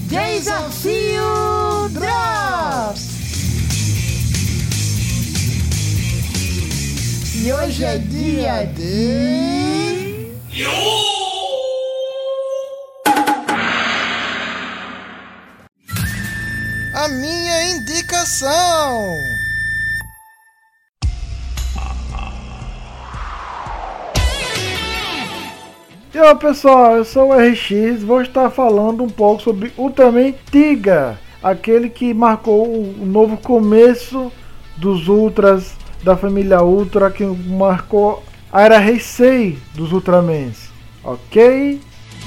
Desafio Drops! E hoje é dia de... A minha indicação! E olá pessoal, eu sou o RX, vou estar falando um pouco sobre Ultraman Tiga, aquele que marcou o novo começo dos Ultras, da família Ultra, que marcou a era Heisei dos Ultramans, ok?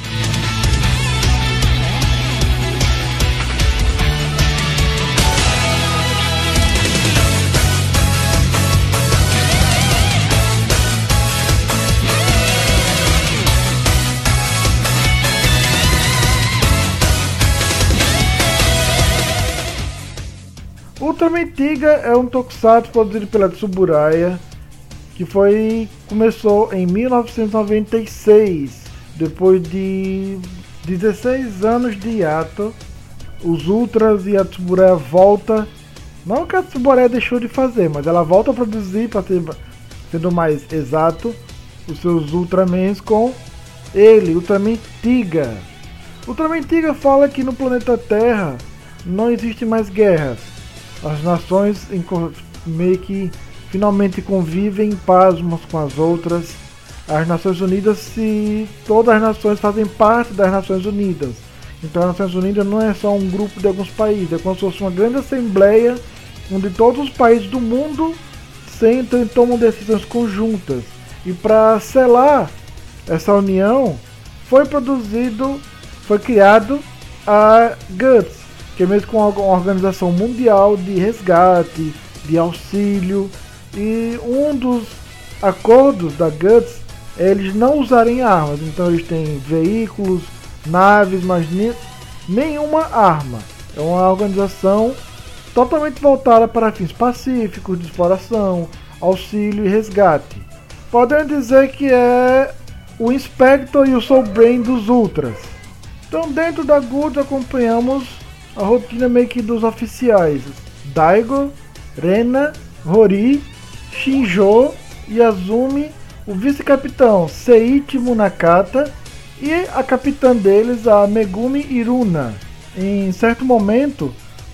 Ultraman Tiga é um tokusatsu produzido pela Tsuburaya, que começou em 1996, depois de 16 anos de hiato. Os Ultras e a Tsuburaya volta, não que a Tsuburaya deixou de fazer, mas ela volta a produzir, para sendo mais exato, os seus Ultramans com ele, Ultraman Tiga. Ultraman Tiga fala que no planeta Terra não existe mais guerras. As nações meio que finalmente convivem em paz umas com as outras. As Nações Unidas, todas as nações fazem parte das Nações Unidas. Então as Nações Unidas não é só um grupo de alguns países, é como se fosse uma grande assembleia onde todos os países do mundo sentam e tomam decisões conjuntas. E para selar essa união foi criado a GUTS, que é mesmo com uma organização mundial de resgate, de auxílio, e um dos acordos da GUTS é eles não usarem armas. Então eles têm veículos, naves, mas nenhuma arma. É uma organização totalmente voltada para fins pacíficos, de exploração, auxílio e resgate. Podemos dizer que é o Inspector e o Soul Brain dos Ultras. Então dentro da GUTS acompanhamos a rotina meio que dos oficiais: Daigo, Rena, Hori, Shinjo, Yazumi, o vice-capitão Seiichi Munakata e a capitã deles, a Megumi Iruna. Em certo momento,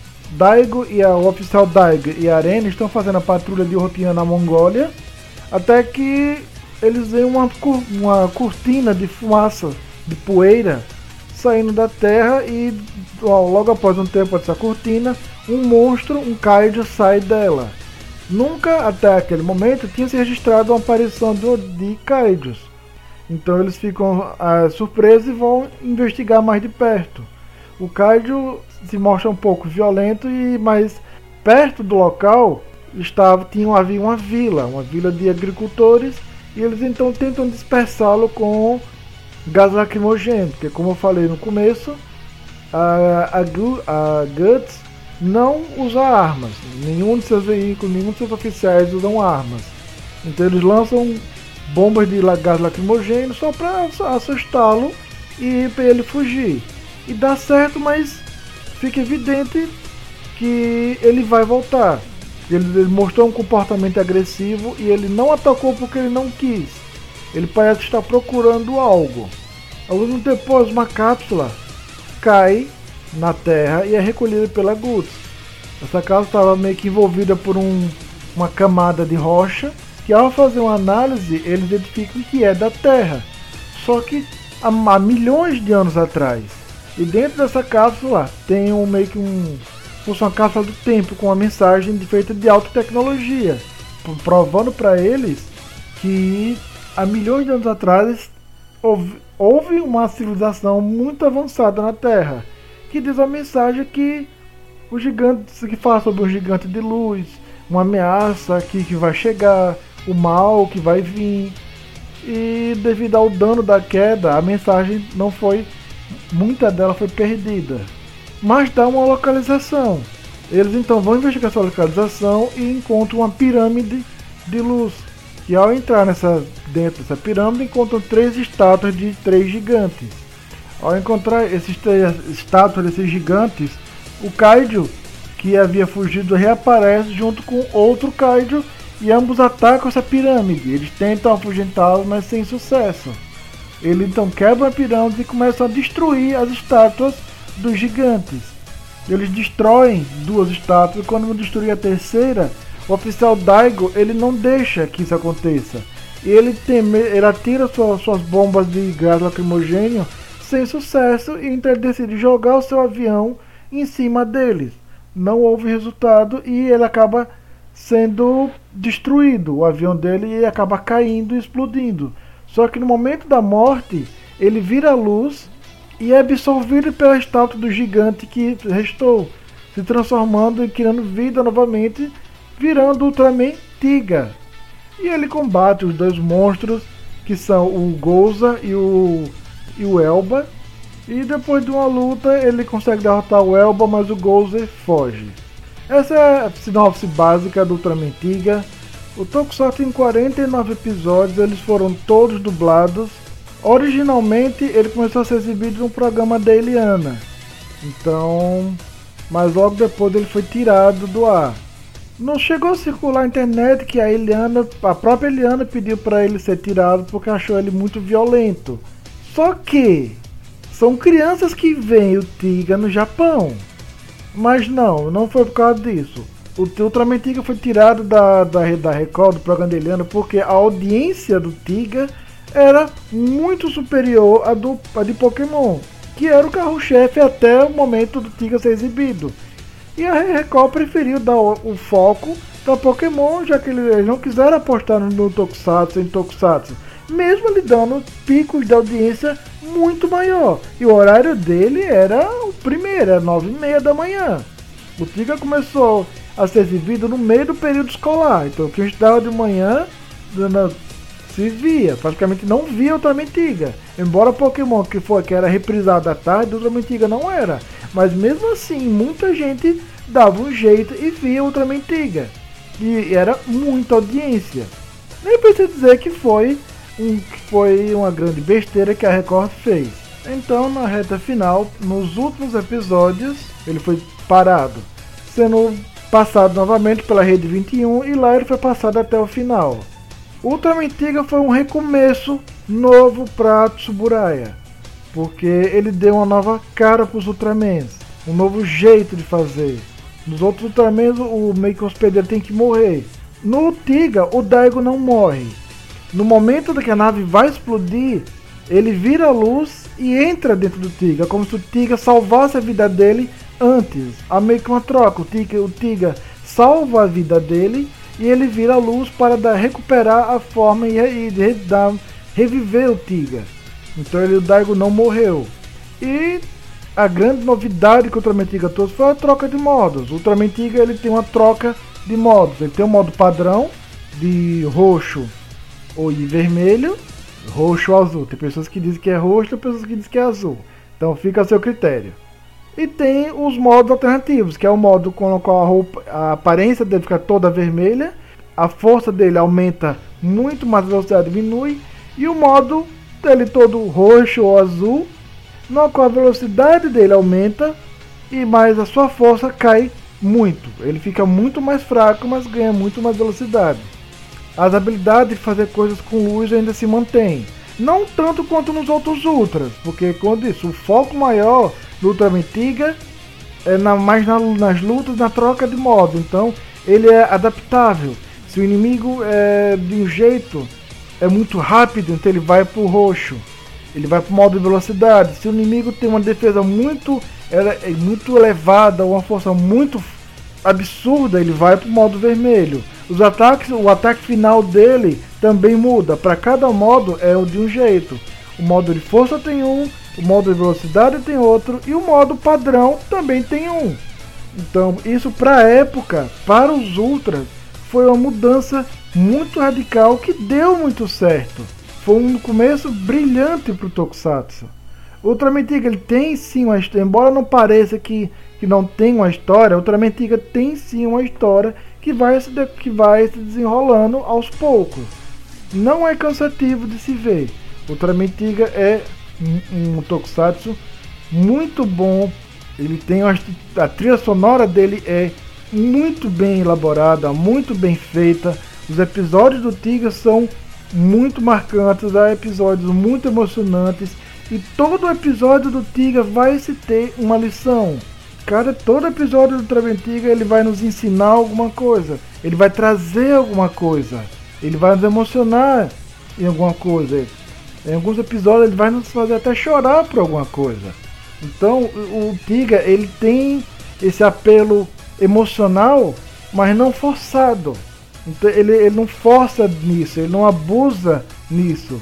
o oficial Daigo e a Rena estão fazendo a patrulha de rotina na Mongólia, até que eles veem uma cortina de fumaça, de poeira, saindo da terra, e logo após um tempo dessa cortina, um monstro, um kaiju, sai dela. Nunca até aquele momento tinha se registrado uma aparição de kaijus. Então eles ficam surpresos e vão investigar mais de perto. O kaiju se mostra um pouco violento, mas perto do local havia uma vila de agricultores, e eles então tentam dispersá-lo com gás lacrimogêneo, porque como eu falei no começo, a GUTS não usa armas. Nenhum de seus veículos, nenhum de seus oficiais usam armas. Então eles lançam bombas de gás lacrimogêneo só para assustá-lo e para ele fugir. E dá certo, mas fica evidente que ele vai voltar. Ele mostrou um comportamento agressivo e ele não atacou porque ele não quis. Ele parece estar procurando algo. Alguns tempo depois, uma cápsula cai na Terra e é recolhida pela GUTS. Essa cápsula estava meio que envolvida por uma camada de rocha, que ao fazer uma análise, eles identificam que é da Terra. Só que há milhões de anos atrás. E dentro dessa cápsula tem uma cápsula do tempo com uma mensagem feita de alta tecnologia, provando para eles que há milhões de anos atrás houve uma civilização muito avançada na Terra, que diz uma mensagem que fala sobre um gigante de luz, uma ameaça que vai chegar, o mal que vai vir. E devido ao dano da queda, a mensagem muita dela foi perdida, mas dá uma localização. Eles então vão investigar essa localização e encontram uma pirâmide de luz, que ao entrar dentro dessa pirâmide encontram 3 estátuas de 3 gigantes. Ao encontrar esses estátuas desses gigantes, o Kaiju que havia fugido reaparece junto com outro Kaiju e ambos atacam essa pirâmide. Eles tentam afugentá-lo, mas sem sucesso. Eles então quebram a pirâmide e começam a destruir as estátuas dos gigantes. Eles destroem 2 estátuas e quando vão destruir a terceira, o oficial Daigo ele não deixa que isso aconteça. Ele atira suas bombas de gás lacrimogêneo sem sucesso e então ele decide jogar o seu avião em cima deles. Não houve resultado e ele acaba sendo destruído, o avião dele acaba caindo e explodindo. Só que no momento da morte, ele vira a luz e é absorvido pela estátua do gigante que restou, se transformando e criando vida novamente, virando Ultraman Tiga. E ele combate os 2 monstros, que são o Gouza e o Elba. E depois de uma luta, ele consegue derrotar o Elba, mas o Gouza foge. Essa é a sinopse básica do Ultraman Tiga. O Tokusatsu tem 49 episódios, eles foram todos dublados. Originalmente ele começou a ser exibido num programa da Eliana. Então, mas logo depois ele foi tirado do ar. Não chegou a circular na internet que a própria Eliana pediu para ele ser tirado porque achou ele muito violento. Só que são crianças que veem o Tiga no Japão. Mas não foi por causa disso. O Ultraman Tiga foi tirado da Record, do programa da Eliana, porque a audiência do Tiga era muito superior à de Pokémon, que era o carro-chefe até o momento do Tiga ser exibido. E a Record preferiu dar o foco para Pokémon, já que eles não quiseram apostar no Tokusatsu, em Tokusatsu, mesmo ele dando picos de audiência muito maior. E o horário dele era o primeiro, era 9h30 da manhã. O Tiga começou a ser exibido no meio do período escolar, então quem estudava de manhã se via, praticamente não via o Ultraman Tiga. Embora Pokémon que era reprisado à tarde, o Ultraman Tiga não era. Mas mesmo assim, muita gente dava um jeito e via o Ultraman Tiga. E era muita audiência. Nem preciso dizer que foi uma grande besteira que a Record fez. Então, na reta final, nos últimos episódios, ele foi parado, sendo passado novamente pela Rede 21 e lá ele foi passado até o final. O Ultraman Tiga foi um recomeço novo para Tsuburaya, porque ele deu uma nova cara para os Ultramans, um novo jeito de fazer. Nos outros Ultramans o meio que hospedeiro tem que morrer. No Tiga o Daigo não morre. No momento que a nave vai explodir, ele vira a luz e entra dentro do Tiga, como se o Tiga salvasse a vida dele antes. Há meio que uma troca, o Tiga salva a vida dele e ele vira a luz para recuperar a forma e reviver o Tiga. Então o Daigo não morreu. E a grande novidade que o Ultraman Tiga trouxe foi a troca de modos. O Ultraman Tiga ele tem uma troca de modos. Ele tem um modo padrão de roxo ou de vermelho, roxo ou azul. Tem pessoas que dizem que é roxo, tem pessoas que dizem que é azul. Então fica a seu critério. E tem os modos alternativos, que é o modo com o qual a aparência dele fica toda vermelha, a força dele aumenta muito, mas a velocidade diminui, e o modo dele todo roxo ou azul, no qual a velocidade dele aumenta, e mais a sua força cai muito. Ele fica muito mais fraco, mas ganha muito mais velocidade. As habilidades de fazer coisas com luz ainda se mantêm. Não tanto quanto nos outros Ultras, porque quando isso, o foco maior do Ultraman Tiga é mais nas lutas, na troca de modo. Então ele é adaptável. Se o inimigo é de um jeito, é muito rápido, então ele vai para o roxo. Ele vai para o modo de velocidade. Se o inimigo tem uma defesa muito elevada, uma força muito absurda, ele vai para o modo vermelho. Os ataques, o ataque final dele também muda. Para cada modo é de um jeito. O modo de força tem um, o modo de velocidade tem outro e o modo padrão também tem um. Então isso para a época, para os Ultras, foi uma mudança muito radical que deu muito certo. Foi um começo brilhante para o Tokusatsu. O Ultraman Tiga ele tem sim uma história, embora não pareça que não tem uma história, o Ultraman Tiga tem sim uma história que vai se desenrolando aos poucos. Não é cansativo de se ver. O Ultraman Tiga é um tokusatsu muito bom. Ele tem a trilha sonora dele é muito bem elaborada, muito bem feita. Os episódios do Tiga são muito marcantes, há episódios muito emocionantes e todo episódio do Tiga vai se ter uma lição. Todo episódio do Ultraman Tiga ele vai nos ensinar alguma coisa, ele vai trazer alguma coisa, ele vai nos emocionar em alguma coisa. Em alguns episódios ele vai nos fazer até chorar por alguma coisa. Então o Tiga ele tem esse apelo emocional, mas não forçado. Então ele não força nisso, ele não abusa nisso.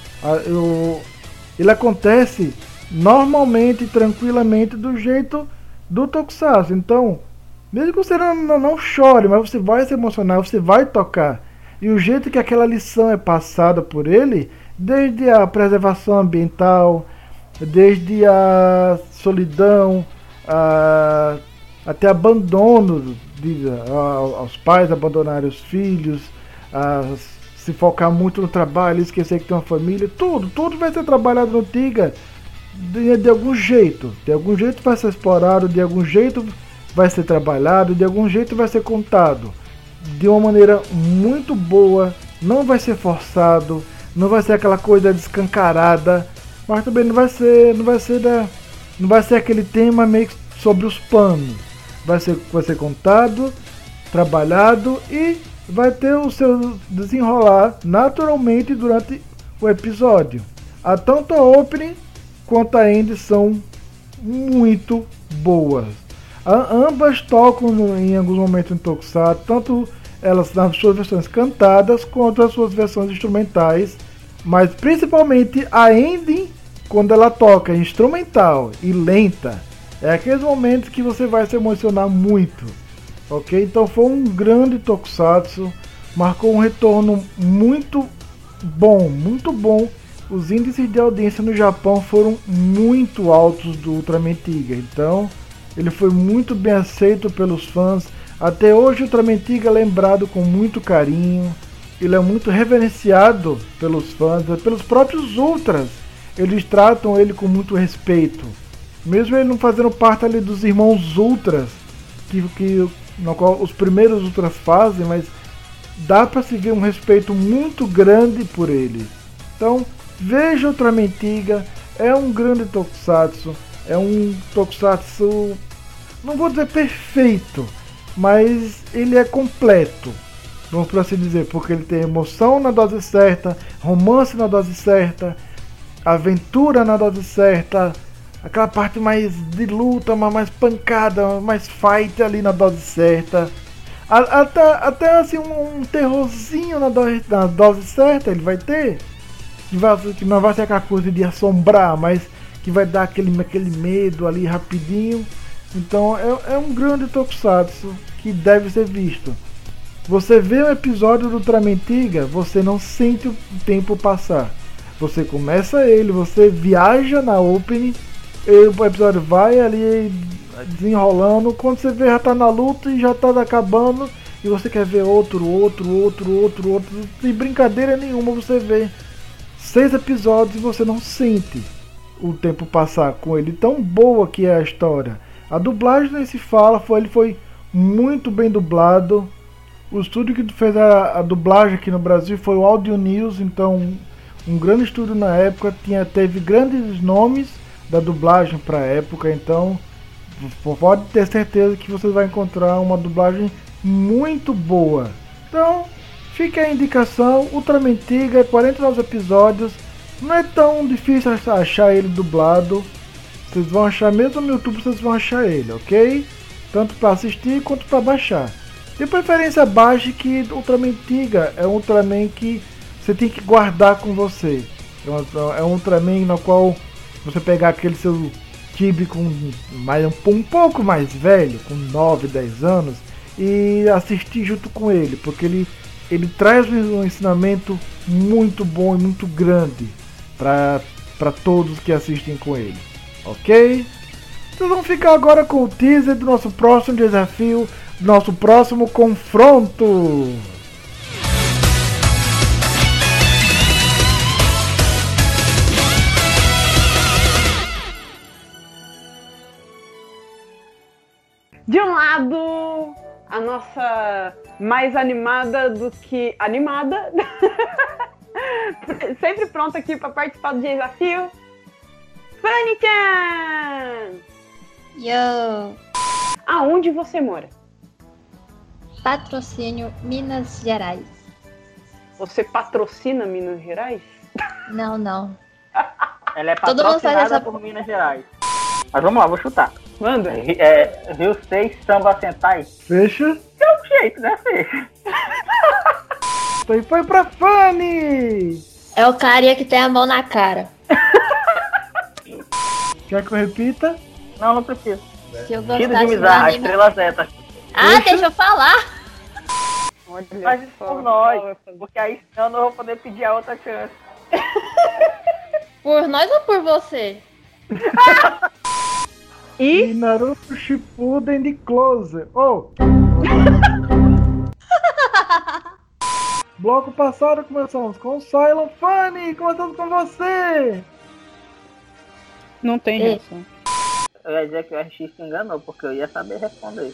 Ele acontece normalmente, tranquilamente, do jeito do Tokusatsu. Então, mesmo que você não chore, mas você vai se emocionar, você vai tocar. E o jeito que aquela lição é passada por ele, desde a preservação ambiental, desde a solidão, até abandono, aos pais abandonarem os filhos, se focar muito no trabalho, esquecer que tem uma família, tudo vai ser trabalhado no Tiga de algum jeito. De algum jeito vai ser explorado, de algum jeito vai ser trabalhado, de algum jeito vai ser contado. De uma maneira muito boa, não vai ser forçado, não vai ser aquela coisa descancarada, mas também não vai ser aquele tema meio sobre os panos. Vai ser contado, trabalhado e vai ter o seu desenrolar naturalmente durante o episódio. Tanto a opening quanto a end são muito boas. Ambas tocam em alguns momentos em Tokusatsu, tanto elas nas suas versões cantadas quanto as suas versões instrumentais, mas principalmente a ending, quando ela toca instrumental e lenta, é aqueles momentos que você vai se emocionar muito, ok? Então foi um grande Tokusatsu, marcou um retorno muito bom. Os índices de audiência no Japão foram muito altos do Ultraman Tiga, então ele foi muito bem aceito pelos fãs. Até hoje o Ultraman Tiga é lembrado com muito carinho, ele é muito reverenciado pelos fãs, pelos próprios Ultras, eles tratam ele com muito respeito. Mesmo ele não fazendo parte ali dos irmãos Ultras, no qual os primeiros Ultras fazem, mas dá para se ver um respeito muito grande por ele. Então, veja o Ultraman Tiga, é um grande Tokusatsu, é um Tokusatsu, não vou dizer perfeito, mas ele é completo, vamos por assim dizer, porque ele tem emoção na dose certa, romance na dose certa, aventura na dose certa, aquela parte mais de luta, mais pancada, mais fight ali na dose certa. Até assim um terrorzinho na dose certa ele vai ter. Que não vai ser aquela coisa de assombrar, mas que vai dar aquele medo ali rapidinho. Então é um grande Tokusatsu que deve ser visto. Você vê um episódio do Ultraman Tiga, você não sente o tempo passar. Você começa ele, você viaja na opening, o episódio vai ali desenrolando, quando você vê já tá na luta e já tá acabando e você quer ver outro, sem brincadeira nenhuma você vê 6 episódios e você não sente o tempo passar com ele, tão boa que é a história. A dublagem nem se fala, ele foi muito bem dublado. O estúdio que fez a dublagem aqui no Brasil foi o Audio News, então um grande estúdio na época, teve grandes nomes da dublagem para a época, então pode ter certeza que você vai encontrar uma dublagem muito boa. Então fica a indicação, Ultraman Tiga, 49 episódios, não é tão difícil achar ele dublado, vocês vão achar, mesmo no YouTube vocês vão achar ele, ok? Tanto para assistir quanto para baixar. De preferência baixe, que Ultraman Tiga é um Ultraman que você tem que guardar com você. É um Ultraman no qual você pegar aquele seu Chibi com um pouco mais velho, com 9, 10 anos, e assistir junto com ele, porque ele traz um ensinamento muito bom e muito grande para todos que assistem com ele, ok? Então vamos ficar agora com o teaser do nosso próximo desafio, do nosso próximo confronto. De um lado, a nossa mais animada do que animada. Sempre pronta aqui para participar do desafio. Fanny-chan! Yo! Aonde você mora? Patrocínio Minas Gerais. Você patrocina Minas Gerais? Não. Ela é Todo mundo sabe patrocinada dessa- por Minas Gerais. Mas vamos lá, vou chutar. Manda. Rio 6, Samba Sentai. Fecha. É um jeito, né, Fê? Então foi pra Fanny! É o carinha que tem a mão na cara. Quer que eu repita? Não precisa. Se eu Tira gostasse de do Mizar, a anime... Estrela Zeta. Deixa eu falar. Olha Faz isso só. por nós, porque aí senão eu não vou poder pedir a outra chance. Por nós ou por você? E Naruto Shippuden de Closer. Oh! Bloco passado começamos com o Silent Fanny. Começamos com você. Não tem Ei. reação. Eu ia dizer que o RX se enganou, porque eu ia saber responder.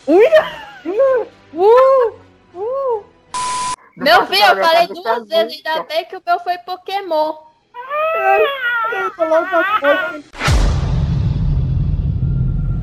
Meu filho, eu falei 2 vezes, ainda bem que o meu foi Pokémon. Eu coloco a coisa